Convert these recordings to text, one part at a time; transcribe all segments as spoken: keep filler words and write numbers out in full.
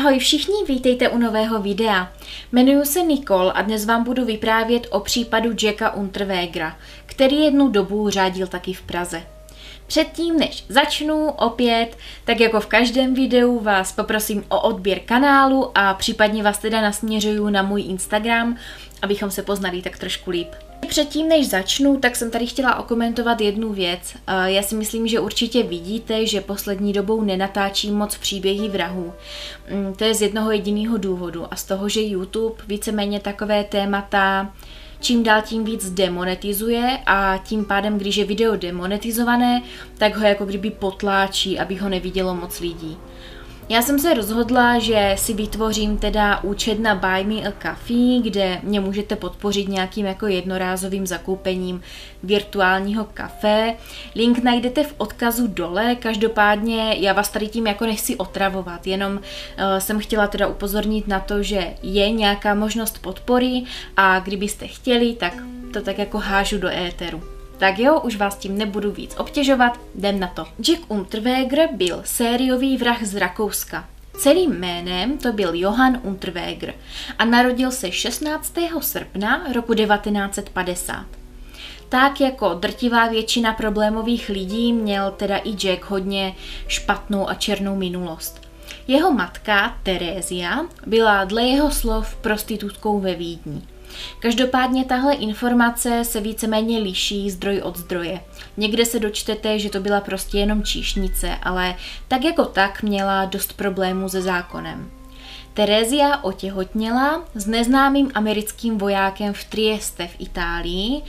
Ahoj všichni, vítejte u nového videa. Jmenuji se Nicole a dnes vám budu vyprávět o případu Jacka Unterwegera, který jednu dobu řádil taky v Praze. Předtím, než začnu opět, tak jako v každém videu vás poprosím o odběr kanálu a případně vás teda nasměřuju na můj Instagram, abychom se poznali tak trošku líp. Předtím, než začnu, tak jsem tady chtěla okomentovat jednu věc. Já si myslím, že určitě vidíte, že poslední dobou nenatáčím moc příběhy vrahů. To je z jednoho jediného důvodu a z toho, že YouTube víceméně takové témata čím dál tím víc demonetizuje a tím pádem, když je video demonetizované, tak ho jako kdyby potláčí, aby ho nevidělo moc lidí. Já jsem se rozhodla, že si vytvořím teda účet na Buy Me a Coffee, kde mě můžete podpořit nějakým jako jednorázovým zakoupením virtuálního kafe. Link najdete v odkazu dole, každopádně já vás tady tím jako nechci otravovat, jenom uh, jsem chtěla teda upozornit na to, že je nějaká možnost podpory a kdybyste chtěli, tak to tak jako hážu do éteru. Tak jo, už vás tím nebudu víc obtěžovat, jdem na to. Jack Unterweger byl sériový vrah z Rakouska. Celým jménem to byl Johann Unterweger a narodil se šestnáctého srpna roku devatenáct set padesát. Tak jako drtivá většina problémových lidí měl teda i Jack hodně špatnou a černou minulost. Jeho matka, Terézia, byla dle jeho slov prostitutkou ve Vídni. Každopádně tahle informace se víceméně liší zdroj od zdroje. Někde se dočtete, že to byla prostě jenom číšnice, ale tak jako tak měla dost problémů se zákonem. Terézia otěhotněla s neznámým americkým vojákem v Trieste v Itálii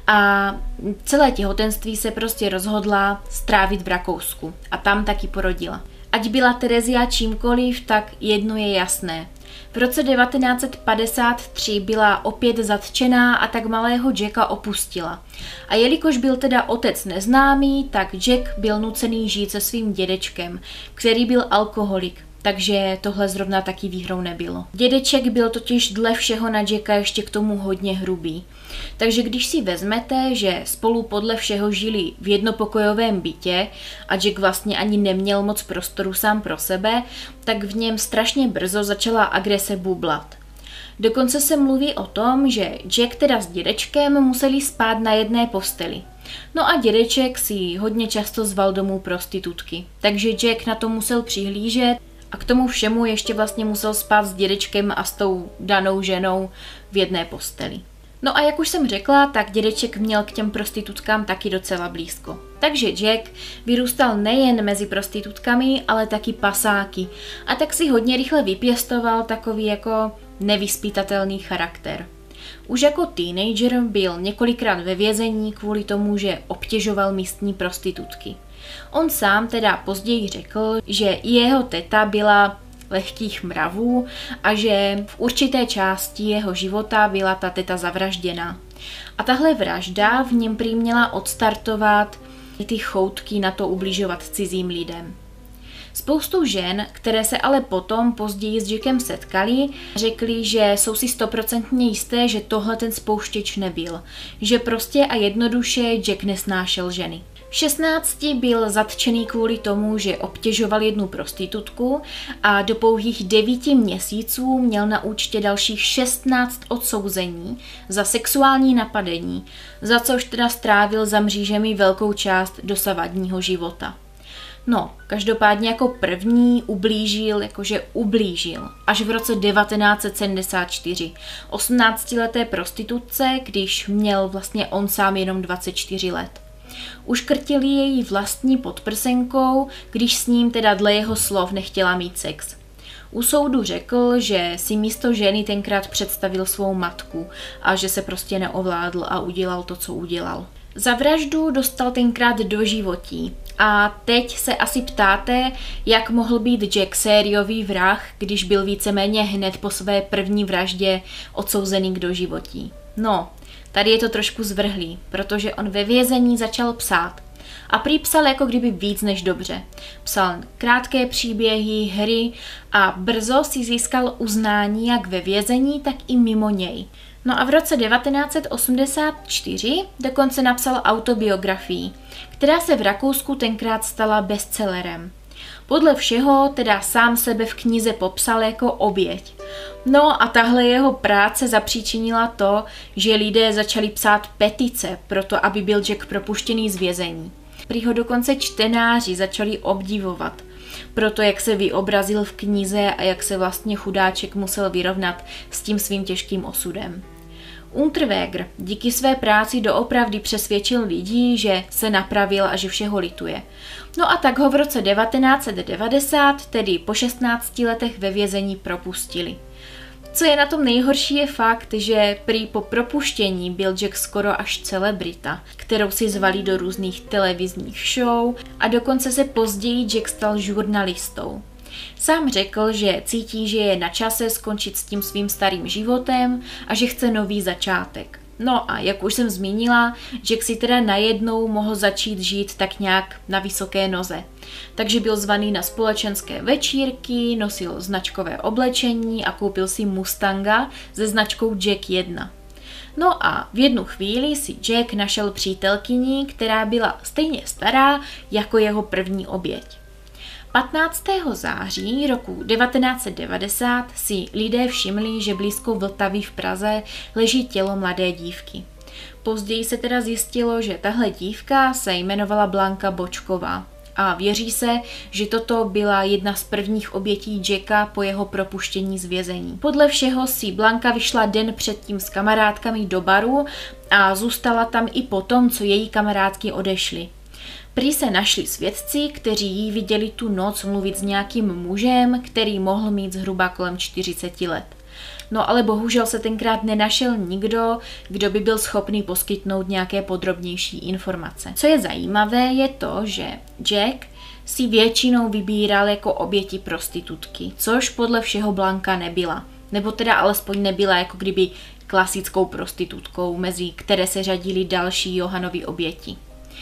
a celé těhotenství se prostě rozhodla strávit v Rakousku a tam taky porodila. Ať byla Terézia čímkoliv, tak jedno je jasné. V roce devatenáct set padesát tři byla opět zatčená a tak malého Jacka opustila. A jelikož byl teda otec neznámý, tak Jack byl nucený žít se svým dědečkem, který byl alkoholik, takže tohle zrovna taky výhrou nebylo. Dědeček byl totiž dle všeho na Jacka ještě k tomu hodně hrubý. Takže když si vezmete, že spolu podle všeho žili v jednopokojovém bytě a Jack vlastně ani neměl moc prostoru sám pro sebe, tak v něm strašně brzo začala agrese bublat. Dokonce se mluví o tom, že Jack teda s dědečkem museli spát na jedné posteli. No a dědeček si hodně často zval domů prostitutky, takže Jack na to musel přihlížet a k tomu všemu ještě vlastně musel spát s dědečkem a s tou danou ženou v jedné posteli. No a jak už jsem řekla, tak dědeček měl k těm prostitutkám taky docela blízko. Takže Jack vyrůstal nejen mezi prostitutkami, ale taky pasáky. A tak si hodně rychle vypěstoval takový jako nevyzpytatelný charakter. Už jako teenager byl několikrát ve vězení kvůli tomu, že obtěžoval místní prostitutky. On sám teda později řekl, že jeho teta byla lehkých mravů a že v určité části jeho života byla ta teta zavražděna. A tahle vražda v něm prý měla odstartovat ty choutky na to ubližovat cizím lidem. Spoustu žen, které se ale potom později s Jackem setkali, řekli, že jsou si stoprocentně jisté, že tohle ten spouštěč nebyl. Že prostě a jednoduše Jack nesnášel ženy. V šestnácti byl zatčený kvůli tomu, že obtěžoval jednu prostitutku a do pouhých devíti měsíců měl na účtě dalších šestnáct odsouzení za sexuální napadení, za což teda strávil za mřížemi velkou část dosavadního života. No, každopádně jako první ublížil, jakože ublížil, až v roce devatenáct set sedmdesát čtyři, osmnáctileté prostitutce, když měl vlastně on sám jenom dvacet čtyři let. Uškrtili její vlastní podprsenkou, když s ním teda dle jeho slov nechtěla mít sex. U soudu řekl, že si místo ženy tenkrát představil svou matku a že se prostě neovládl a udělal to, co udělal. Za vraždu dostal tenkrát doživotí. A teď se asi ptáte, jak mohl být Jack sériový vrah, když byl víceméně hned po své první vraždě odsouzený k doživotí. No, tady je to trošku zvrhlý, protože on ve vězení začal psát. A prý psal jako kdyby víc než dobře. Psal krátké příběhy, hry a brzo si získal uznání jak ve vězení, tak i mimo něj. No a v roce devatenáct set osmdesát čtyři dokonce napsal autobiografii, která se v Rakousku tenkrát stala bestsellerem. Podle všeho teda sám sebe v knize popsal jako oběť. No a tahle jeho práce zapříčinila to, že lidé začali psát petice pro to, aby byl Jack propuštěný z vězení. Prý ho dokonce čtenáři začali obdivovat, proto jak se vyobrazil v knize a jak se vlastně chudáček musel vyrovnat s tím svým těžkým osudem. Unterweger díky své práci doopravdy přesvědčil lidi, že se napravil a že všeho lituje. No a tak ho v roce devatenáct set devadesát, tedy po šestnácti letech ve vězení, propustili. Co je na tom nejhorší je fakt, že prý po propuštění byl Jack skoro až celebrita, kterou si zvali do různých televizních show a dokonce se později Jack stal žurnalistou. Sám řekl, že cítí, že je na čase skončit s tím svým starým životem a že chce nový začátek. No a jak už jsem zmínila, Jack si teda najednou mohl začít žít tak nějak na vysoké noze. Takže byl zvaný na společenské večírky, nosil značkové oblečení a koupil si Mustanga se značkou Jack jedna. No a v jednu chvíli si Jack našel přítelkyni, která byla stejně stará jako jeho první oběť. patnáctého září roku devatenáct set devadesát si lidé všimli, že blízko Vltavy v Praze leží tělo mladé dívky. Později se teda zjistilo, že tahle dívka se jmenovala Blanka Bočková a věří se, že toto byla jedna z prvních obětí Jacka po jeho propuštění z vězení. Podle všeho si Blanka vyšla den předtím s kamarádkami do baru a zůstala tam i potom, co její kamarádky odešly. Prý se našli svědci, kteří jí viděli tu noc mluvit s nějakým mužem, který mohl mít zhruba kolem čtyřiceti let. No ale bohužel se tenkrát nenašel nikdo, kdo by byl schopný poskytnout nějaké podrobnější informace. Co je zajímavé, je to, že Jack si většinou vybíral jako oběti prostitutky, což podle všeho Blanka nebyla. Nebo teda alespoň nebyla jako kdyby klasickou prostitutkou, mezi které se řadili další Johanovy oběti.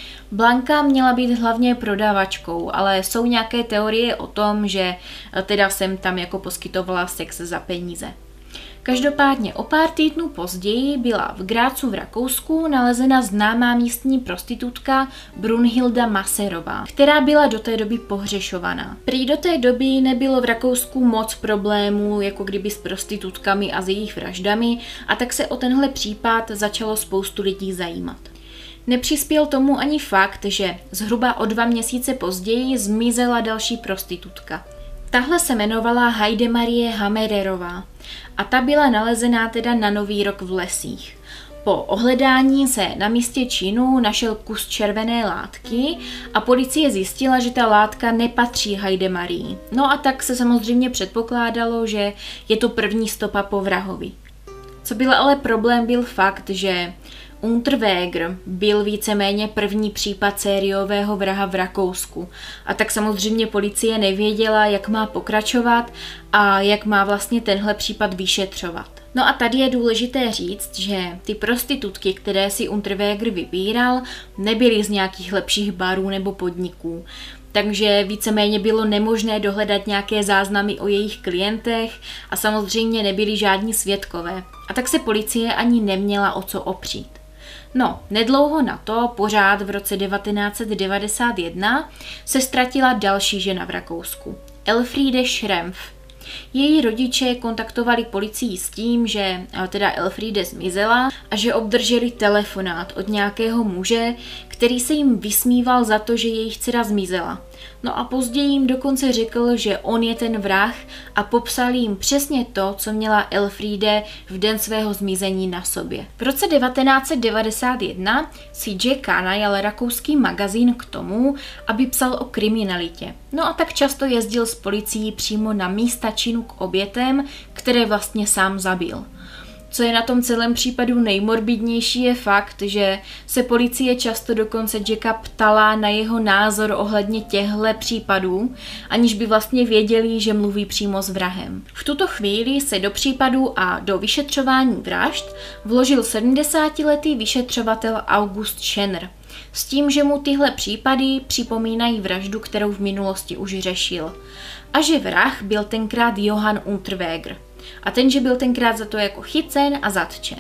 Blanka měla být hlavně prodavačkou, ale jsou nějaké teorie o tom, že teda sem tam jako poskytovala sex za peníze. Každopádně o pár týdnů později byla v Grácu v Rakousku nalezena známá místní prostitutka Brunhilda Maserová, která byla do té doby pohřešovaná. Prý do té doby nebylo v Rakousku moc problémů, jako kdyby s prostitutkami a s jejich vraždami, a tak se o tenhle případ začalo spoustu lidí zajímat. Nepřispěl tomu ani fakt, že zhruba o dva měsíce později zmizela další prostitutka. Tahle se jmenovala Heidemarie Hammererová a ta byla nalezená teda na Nový rok v lesích. Po ohledání se na místě činu našel kus červené látky a policie zjistila, že ta látka nepatří Heidemarii. No a tak se samozřejmě předpokládalo, že je to první stopa po vrahovi. Co byl ale problém, byl fakt, že Unterweger byl víceméně první případ sériového vraha v Rakousku a tak samozřejmě policie nevěděla, jak má pokračovat a jak má vlastně tenhle případ vyšetřovat. No a tady je důležité říct, že ty prostitutky, které si Unterweger vybíral, nebyly z nějakých lepších barů nebo podniků. Takže víceméně bylo nemožné dohledat nějaké záznamy o jejich klientech a samozřejmě nebyli žádní svědkové. A tak se policie ani neměla o co opřít. No, nedlouho na to, pořád v roce devatenáct set devadesát jedna, se ztratila další žena v Rakousku, Elfriede Schrempf. Její rodiče kontaktovali policii s tím, že teda Elfriede zmizela a že obdrželi telefonát od nějakého muže, který se jim vysmíval za to, že jejich dcera zmizela. No a později jim dokonce řekl, že on je ten vrah a popsal jim přesně to, co měla Elfriede v den svého zmizení na sobě. V roce devatenáct set devadesát jedna si Jack najal rakouský magazín k tomu, aby psal o kriminalitě. No a tak často jezdil s policií přímo na místa činu k obětem, které vlastně sám zabil. Co je na tom celém případu nejmorbidnější je fakt, že se policie často dokonce Jacka ptala na jeho názor ohledně těchto případů, aniž by vlastně věděli, že mluví přímo s vrahem. V tuto chvíli se do případu a do vyšetřování vražd vložil sedmdesátiletý vyšetřovatel August Schenner, s tím, že mu tyhle případy připomínají vraždu, kterou v minulosti už řešil. A že vrah byl tenkrát Johann Unterweger. A ten, že byl tenkrát za to jako chycen a zatčen.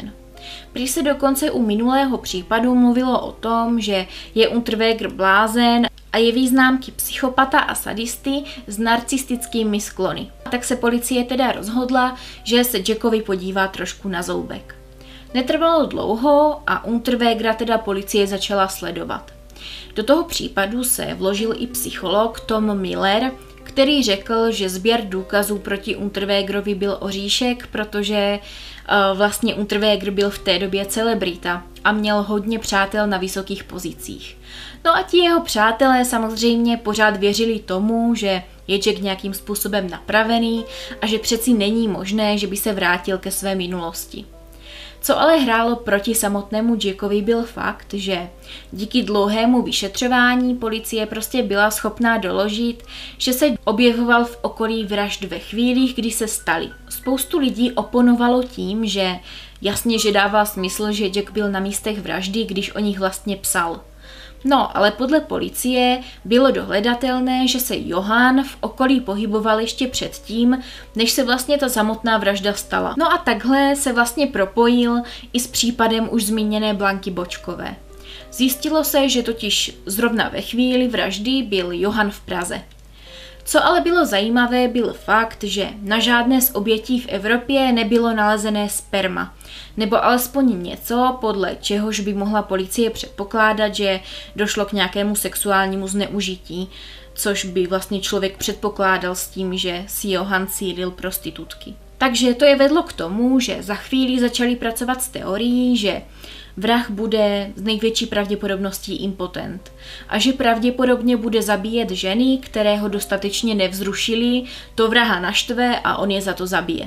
Prý se dokonce u minulého případu mluvilo o tom, že je Unterweger blázen a jeví známky psychopata a sadisty s narcistickými sklony. A tak se policie teda rozhodla, že se Jackovi podívá trošku na zoubek. Netrvalo dlouho a Unterwegera teda policie začala sledovat. Do toho případu se vložil i psycholog Tom Miller, který řekl, že sběr důkazů proti Unterwegerovi byl oříšek, protože uh, vlastně Unterweger byl v té době celebrita a měl hodně přátel na vysokých pozicích. No a ti jeho přátelé samozřejmě pořád věřili tomu, že je Jack nějakým způsobem napravený a že přeci není možné, že by se vrátil ke své minulosti. Co ale hrálo proti samotnému Jackovi byl fakt, že díky dlouhému vyšetřování policie prostě byla schopná doložit, že se objevoval v okolí vražd ve chvílích, kdy se staly. Spoustu lidí oponovalo tím, že jasně, že dává smysl, že Jack byl na místech vraždy, když o nich vlastně psal. No, ale podle policie bylo dohledatelné, že se Johann v okolí pohyboval ještě předtím, než se vlastně ta samotná vražda stala. No a takhle se vlastně propojil i s případem už zmíněné Blanky Bočkové. Zjistilo se, že totiž zrovna ve chvíli vraždy byl Johann v Praze. Co ale bylo zajímavé, byl fakt, že na žádné z obětí v Evropě nebylo nalezené sperma, nebo alespoň něco, podle čehož by mohla policie předpokládat, že došlo k nějakému sexuálnímu zneužití, což by vlastně člověk předpokládal s tím, že si Johann cílil prostitutky. Takže to je vedlo k tomu, že za chvíli začali pracovat s teorií, že vrah bude z největší pravděpodobností impotent a že pravděpodobně bude zabíjet ženy, které ho dostatečně nevzrušily, to vraha naštve a on je za to zabije.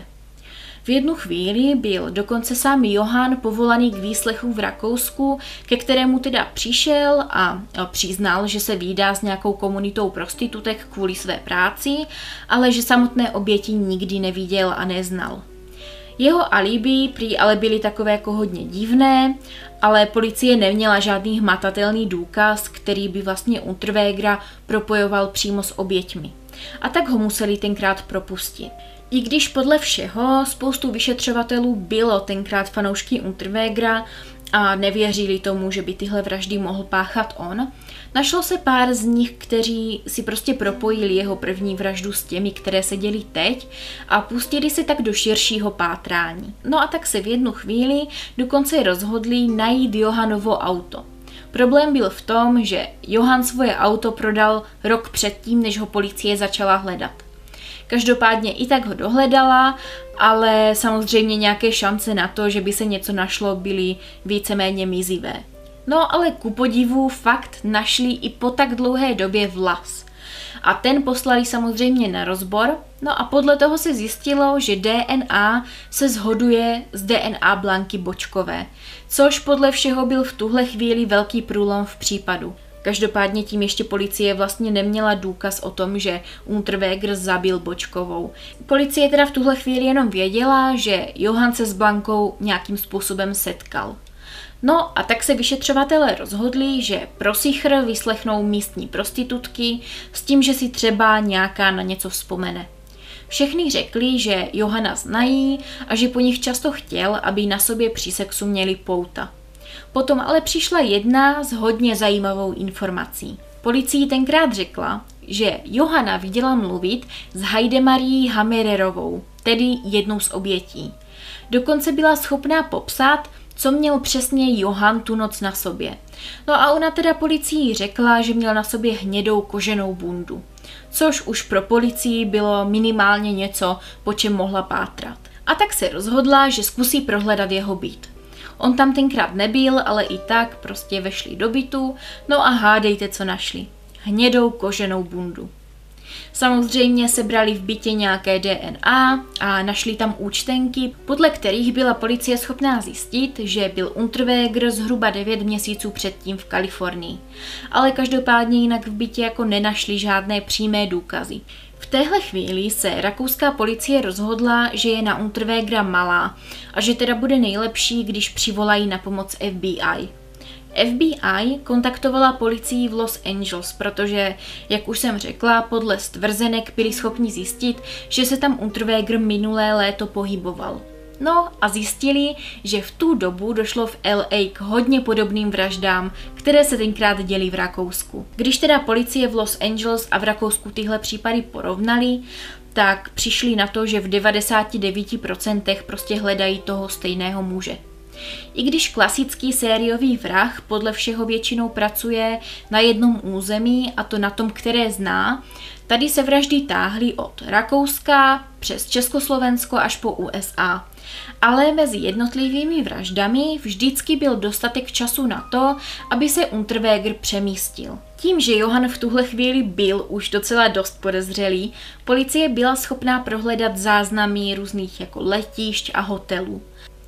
V jednu chvíli byl dokonce sám Johann povolaný k výslechu v Rakousku, ke kterému teda přišel a přiznal, že se vídá s nějakou komunitou prostitutek kvůli své práci, ale že samotné oběti nikdy neviděl a neznal. Jeho alibi prý ale byly takové jako hodně divné, ale policie neměla žádný hmatatelný důkaz, který by vlastně Unterwegera propojoval přímo s oběťmi. A tak ho museli tenkrát propustit. I když podle všeho spoustu vyšetřovatelů bylo tenkrát fanoušky Unterwegera a nevěřili tomu, že by tyhle vraždy mohl páchat on, našlo se pár z nich, kteří si prostě propojili jeho první vraždu s těmi, které se děly teď a pustili se tak do širšího pátrání. No a tak se v jednu chvíli dokonce rozhodli najít Johannovo auto. Problém byl v tom, že Johann svoje auto prodal rok předtím, než ho policie začala hledat. Každopádně i tak ho dohledala, ale samozřejmě nějaké šance na to, že by se něco našlo, byly víceméně mizivé. No ale ku podivu fakt našli i po tak dlouhé době vlas. A ten poslali samozřejmě na rozbor, no a podle toho se zjistilo, že D N A se shoduje s D N A Blanky Bočkové, což podle všeho byl v tuhle chvíli velký průlom v případu. Každopádně tím ještě policie vlastně neměla důkaz o tom, že Unterweger zabil Bočkovou. Policie teda v tuhle chvíli jenom věděla, že Johann se s Blankou nějakým způsobem setkal. No a tak se vyšetřovatelé rozhodli, že pro sichr vyslechnou místní prostitutky s tím, že si třeba nějaká na něco vzpomene. Všechny řekli, že Johanna znají a že po nich často chtěl, aby na sobě při sexu měli pouta. Potom ale přišla jedna s hodně zajímavou informací. Policii tenkrát řekla, že Johanna viděla mluvit s Heidemarí Hammererovou, tedy jednou z obětí. Dokonce byla schopná popsat, co měl přesně Johann tu noc na sobě. No a ona teda policii řekla, že měl na sobě hnědou koženou bundu, což už pro policii bylo minimálně něco, po čem mohla pátrat. A tak se rozhodla, že zkusí prohledat jeho byt. On tam tenkrát nebyl, ale i tak prostě vešli do bytu, no a hádejte, co našli. Hnědou koženou bundu. Samozřejmě sebrali v bytě nějaké D N A a našli tam účtenky, podle kterých byla policie schopná zjistit, že byl Unterweger zhruba devět měsíců předtím v Kalifornii. Ale každopádně jinak v bytě jako nenašli žádné přímé důkazy. V téhle chvíli se rakouská policie rozhodla, že je na Unterwegera malá a že teda bude nejlepší, když přivolají na pomoc F B I. F B I kontaktovala policii v Los Angeles, protože, jak už jsem řekla, podle stvrzenek byli schopni zjistit, že se tam Unterweger minulé léto pohyboval. No a zjistili, že v tu dobu došlo v L A k hodně podobným vraždám, které se tenkrát děly v Rakousku. Když teda policie v Los Angeles a v Rakousku tyhle případy porovnali, tak přišli na to, že v devadesáti devíti procentech prostě hledají toho stejného muže. I když klasický sériový vrah podle všeho většinou pracuje na jednom území, a to na tom, které zná, tady se vraždy táhly od Rakouska přes Československo až po U S A. Ale mezi jednotlivými vraždami vždycky byl dostatek času na to, aby se Unterweger přemístil. Tím, že Johann v tuhle chvíli byl už docela dost podezřelý, policie byla schopná prohledat záznamy různých jako letišť a hotelů.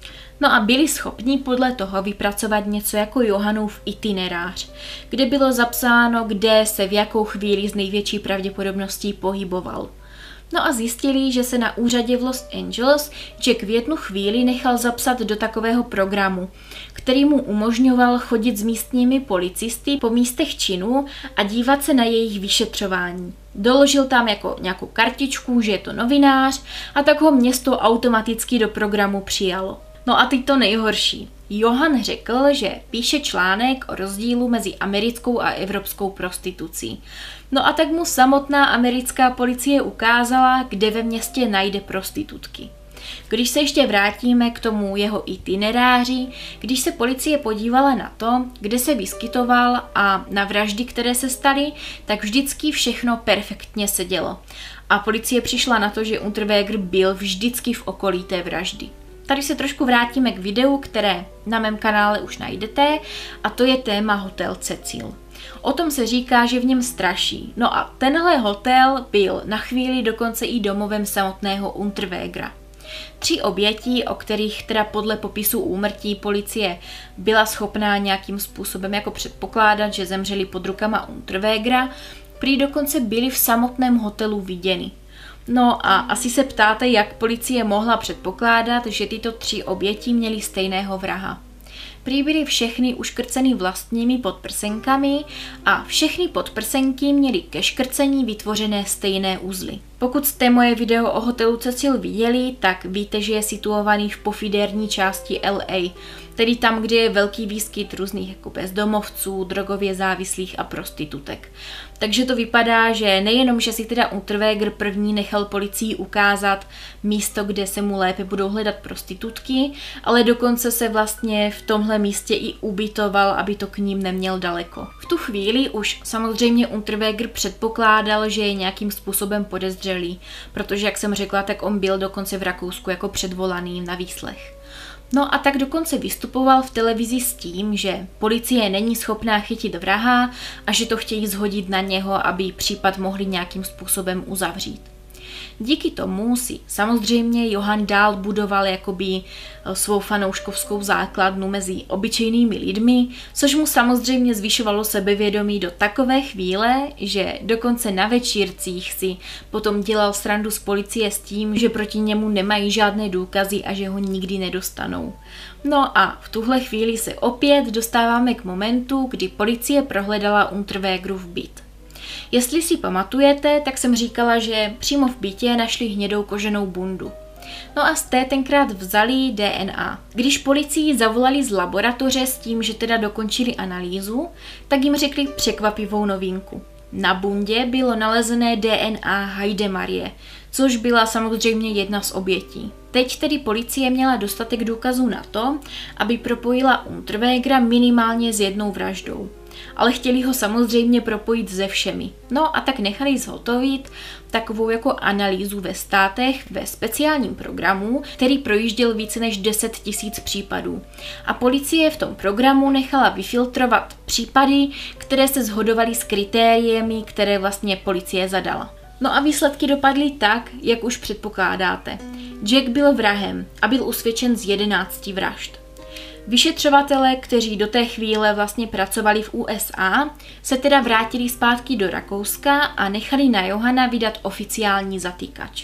No a byli schopni podle toho vypracovat něco jako Johannův itinerář, kde bylo zapsáno, kde se v jakou chvíli s největší pravděpodobností pohyboval. No a zjistili, že se na úřadě v Los Angeles Jack v jednu chvíli nechal zapsat do takového programu, který mu umožňoval chodit s místními policisty po místech činu a dívat se na jejich vyšetřování. Doložil tam jako nějakou kartičku, že je to novinář, a tak ho město automaticky do programu přijalo. No a teď to nejhorší. Johann řekl, že píše článek o rozdílu mezi americkou a evropskou prostitucí. No a tak mu samotná americká policie ukázala, kde ve městě najde prostitutky. Když se ještě vrátíme k tomu jeho itineráři, když se policie podívala na to, kde se vyskytoval a na vraždy, které se staly, tak vždycky všechno perfektně sedělo. A policie přišla na to, že Unterweger byl vždycky v okolí té vraždy. Tady se trošku vrátíme k videu, které na mém kanále už najdete, a to je téma Hotel Cecil. O tom se říká, že v něm straší. No a tenhle hotel byl na chvíli dokonce i domovem samotného Unterwegera. Tři oběti, o kterých teda podle popisu úmrtí policie byla schopná nějakým způsobem jako předpokládat, že zemřeli pod rukama Unterwegera, prý dokonce byly v samotném hotelu viděny. No a asi se ptáte, jak policie mohla předpokládat, že tyto tři oběti měly stejného vraha. Prý byly všechny uškrceny vlastními podprsenkami a všechny podprsenky měly ke škrcení vytvořené stejné uzly. Pokud jste moje video o hotelu Cecil viděli, tak víte, že je situovaný v pofidérní části L A, tedy tam, kde je velký výskyt různých jako bezdomovců, drogově závislých a prostitutek. Takže to vypadá, že nejenom, že si teda Unterweger první nechal policii ukázat místo, kde se mu lépe budou hledat prostitutky, ale dokonce se vlastně v tomhle místě i ubytoval, aby to k ním neměl daleko. V tu chvíli už samozřejmě Unterweger předpokládal, že je nějakým způsobem podezřelý, protože, jak jsem řekla, tak on byl dokonce v Rakousku jako předvolaný na výslech. No a tak dokonce vystupoval v televizi s tím, že policie není schopná chytit vraha a že to chtějí zhodit na něho, aby případ mohli nějakým způsobem uzavřít. Díky tomu si samozřejmě Johann dál budoval jakoby svou fanouškovskou základnu mezi obyčejnými lidmi, což mu samozřejmě zvyšovalo sebevědomí do takové chvíle, že dokonce na večírcích si potom dělal srandu z policie s tím, že proti němu nemají žádné důkazy a že ho nikdy nedostanou. No a v tuhle chvíli se opět dostáváme k momentu, kdy policie prohledala Unterwegerův byt. Jestli si pamatujete, tak jsem říkala, že přímo v bytě našli hnědou koženou bundu. No a z té tenkrát vzali D N A. Když policii zavolali z laboratoře s tím, že teda dokončili analýzu, tak jim řekli překvapivou novinku. Na bundě bylo nalezené D N A Heidemarie, což byla samozřejmě jedna z obětí. Teď tedy policie měla dostatek důkazů na to, aby propojila Unterwegera minimálně s jednou vraždou. Ale chtěli ho samozřejmě propojit se všemi. No a tak nechali zhotovit takovou jako analýzu ve státech ve speciálním programu, který projížděl více než deset tisíc případů. A policie v tom programu nechala vyfiltrovat případy, které se shodovaly s kritériemi, které vlastně policie zadala. No a výsledky dopadly tak, jak už předpokládáte. Jack byl vrahem a byl usvědčen z jedenácti vražd. Vyšetřovatelé, kteří do té chvíle vlastně pracovali v U S A, se teda vrátili zpátky do Rakouska a nechali na Johanna vydat oficiální zatýkač.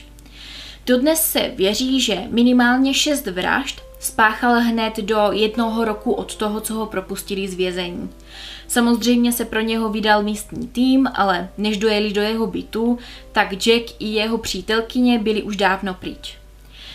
Dodnes se věří, že minimálně šest vražd spáchal hned do jednoho roku od toho, co ho propustili z vězení. Samozřejmě se pro něho vydal místní tým, ale než dojeli do jeho bytu, tak Jack i jeho přítelkyně byli už dávno pryč.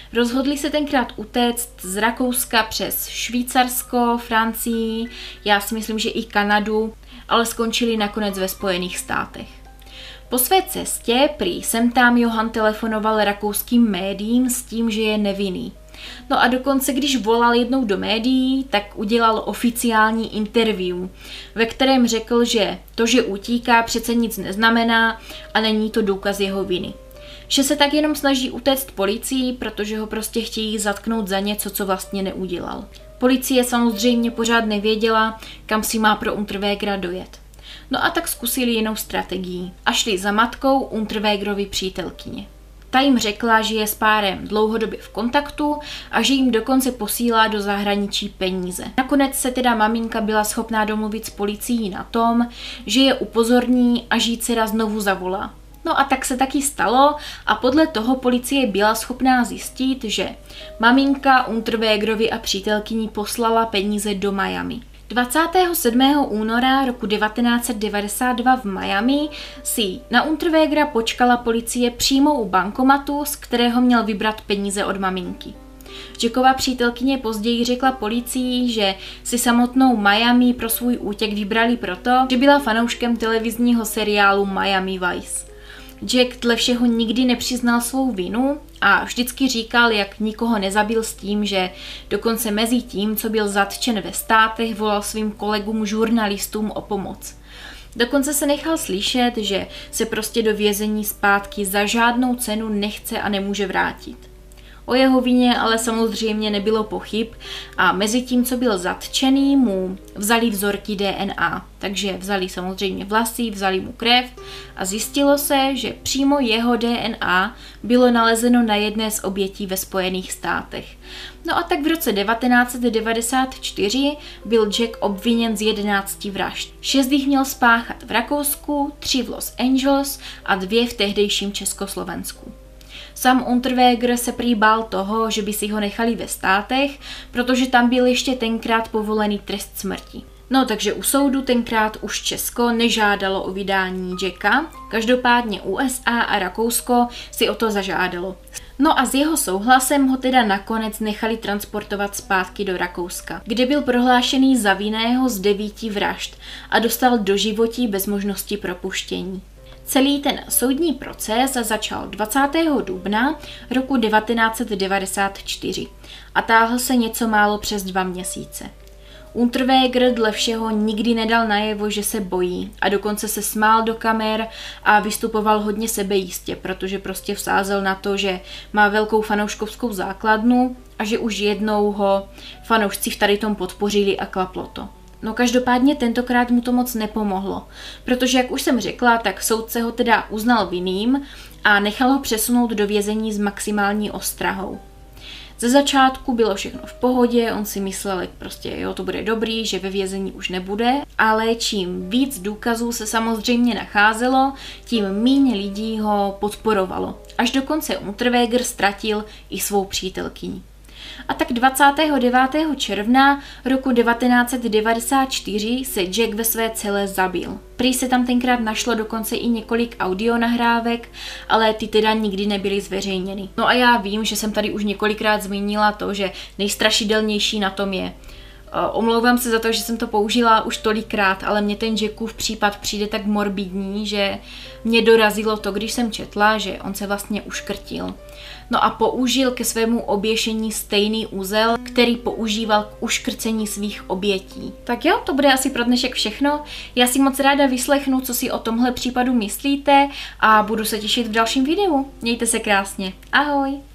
Rozhodli se tenkrát utéct z Rakouska přes Švýcarsko, Francii, já si myslím, že i Kanadu, ale skončili nakonec ve Spojených státech. Po své cestě prý sem tam Johann telefonoval rakouským médiím s tím, že je nevinný. No a dokonce, když volal jednou do médií, tak udělal oficiální interview, ve kterém řekl, že to, že utíká, přece nic neznamená a není to důkaz jeho viny. Že se tak jenom snaží utéct policii, protože ho prostě chtějí zatknout za něco, co vlastně neudělal. Policie samozřejmě pořád nevěděla, kam si má pro Unterwegera dojet. No a tak zkusili jinou strategii a šli za matkou Unterwegerovy přítelkyně. Ta jim řekla, že je s párem dlouhodobě v kontaktu a že jim dokonce posílá do zahraničí peníze. Nakonec se teda maminka byla schopná domluvit s policií na tom, že je upozorní a že jí dcera znovu zavolá. No a tak se taky stalo a podle toho policie byla schopná zjistit, že maminka Unterwegerovi a přítelkyni poslala peníze do Miami. dvacátého sedmého února roku devatenáct set devadesát dva v Miami si na Unterwegera počkala policie přímo u bankomatu, z kterého měl vybrat peníze od maminky. Jackova přítelkyně později řekla policii, že si samotnou Miami pro svůj útěk vybrali proto, že byla fanouškem televizního seriálu Miami Vice. Jack dle všeho nikdy nepřiznal svou vinu a vždycky říkal, jak nikoho nezabil s tím, že dokonce mezi tím, co byl zatčen ve státech, volal svým kolegům žurnalistům o pomoc. Dokonce se nechal slyšet, že se prostě do vězení zpátky za žádnou cenu nechce a nemůže vrátit. O jeho vině ale samozřejmě nebylo pochyb a mezi tím, co byl zatčený, mu vzali vzorky D N A. Takže vzali samozřejmě vlasy, vzali mu krev a zjistilo se, že přímo jeho D N A bylo nalezeno na jedné z obětí ve Spojených státech. No a tak v roce devatenáct set devadesát čtyři byl Jack obviněn z jedenácti vražd. Šest jich měl spáchat v Rakousku, tři v Los Angeles a dvě v tehdejším Československu. Sam Unterweger se prý bál toho, že by si ho nechali ve státech, protože tam byl ještě tenkrát povolený trest smrti. No takže u soudu tenkrát už Česko nežádalo o vydání Jacka, každopádně U S A a Rakousko si o to zažádalo. No a s jeho souhlasem ho teda nakonec nechali transportovat zpátky do Rakouska, kde byl prohlášený za vinného z devíti vražd a dostal doživotí bez možnosti propuštění. Celý ten soudní proces začal dvacátého dubna roku devatenáct set devadesát čtyři a táhl se něco málo přes dva měsíce. Unterweger dle všeho nikdy nedal najevo, že se bojí a dokonce se smál do kamer a vystupoval hodně sebejistě, protože prostě vsázel na to, že má velkou fanouškovskou základnu a že už jednou ho fanoušci v tady tom podpořili a klaplo to. No každopádně tentokrát mu to moc nepomohlo, protože jak už jsem řekla, tak soudce ho teda uznal vinným a nechal ho přesunout do vězení s maximální ostrahou. Ze začátku bylo všechno v pohodě, on si myslel, že prostě jo, to bude dobrý, že ve vězení už nebude, ale čím víc důkazů se samozřejmě nacházelo, tím míň lidí ho podporovalo. Až dokonce Unterweger ztratil i svou přítelkyni. A tak dvacátého devátého června roku devatenáct set devadesát čtyři se Jack ve své cele zabil. Prý se tam tenkrát našlo dokonce i několik audionahrávek, ale ty teda nikdy nebyly zveřejněny. No a já vím, že jsem tady už několikrát zmínila to, že nejstrašidelnější na tom je. Omlouvám se za to, že jsem to použila už tolikrát, ale mně ten Jackův případ přijde tak morbidní, že mě dorazilo to, když jsem četla, že on se vlastně uškrtil. No a použil ke svému oběšení stejný úzel, který používal k uškrcení svých obětí. Tak jo, to bude asi pro dnešek všechno. Já si moc ráda vyslechnu, co si o tomhle případu myslíte a budu se těšit v dalším videu. Mějte se krásně. Ahoj!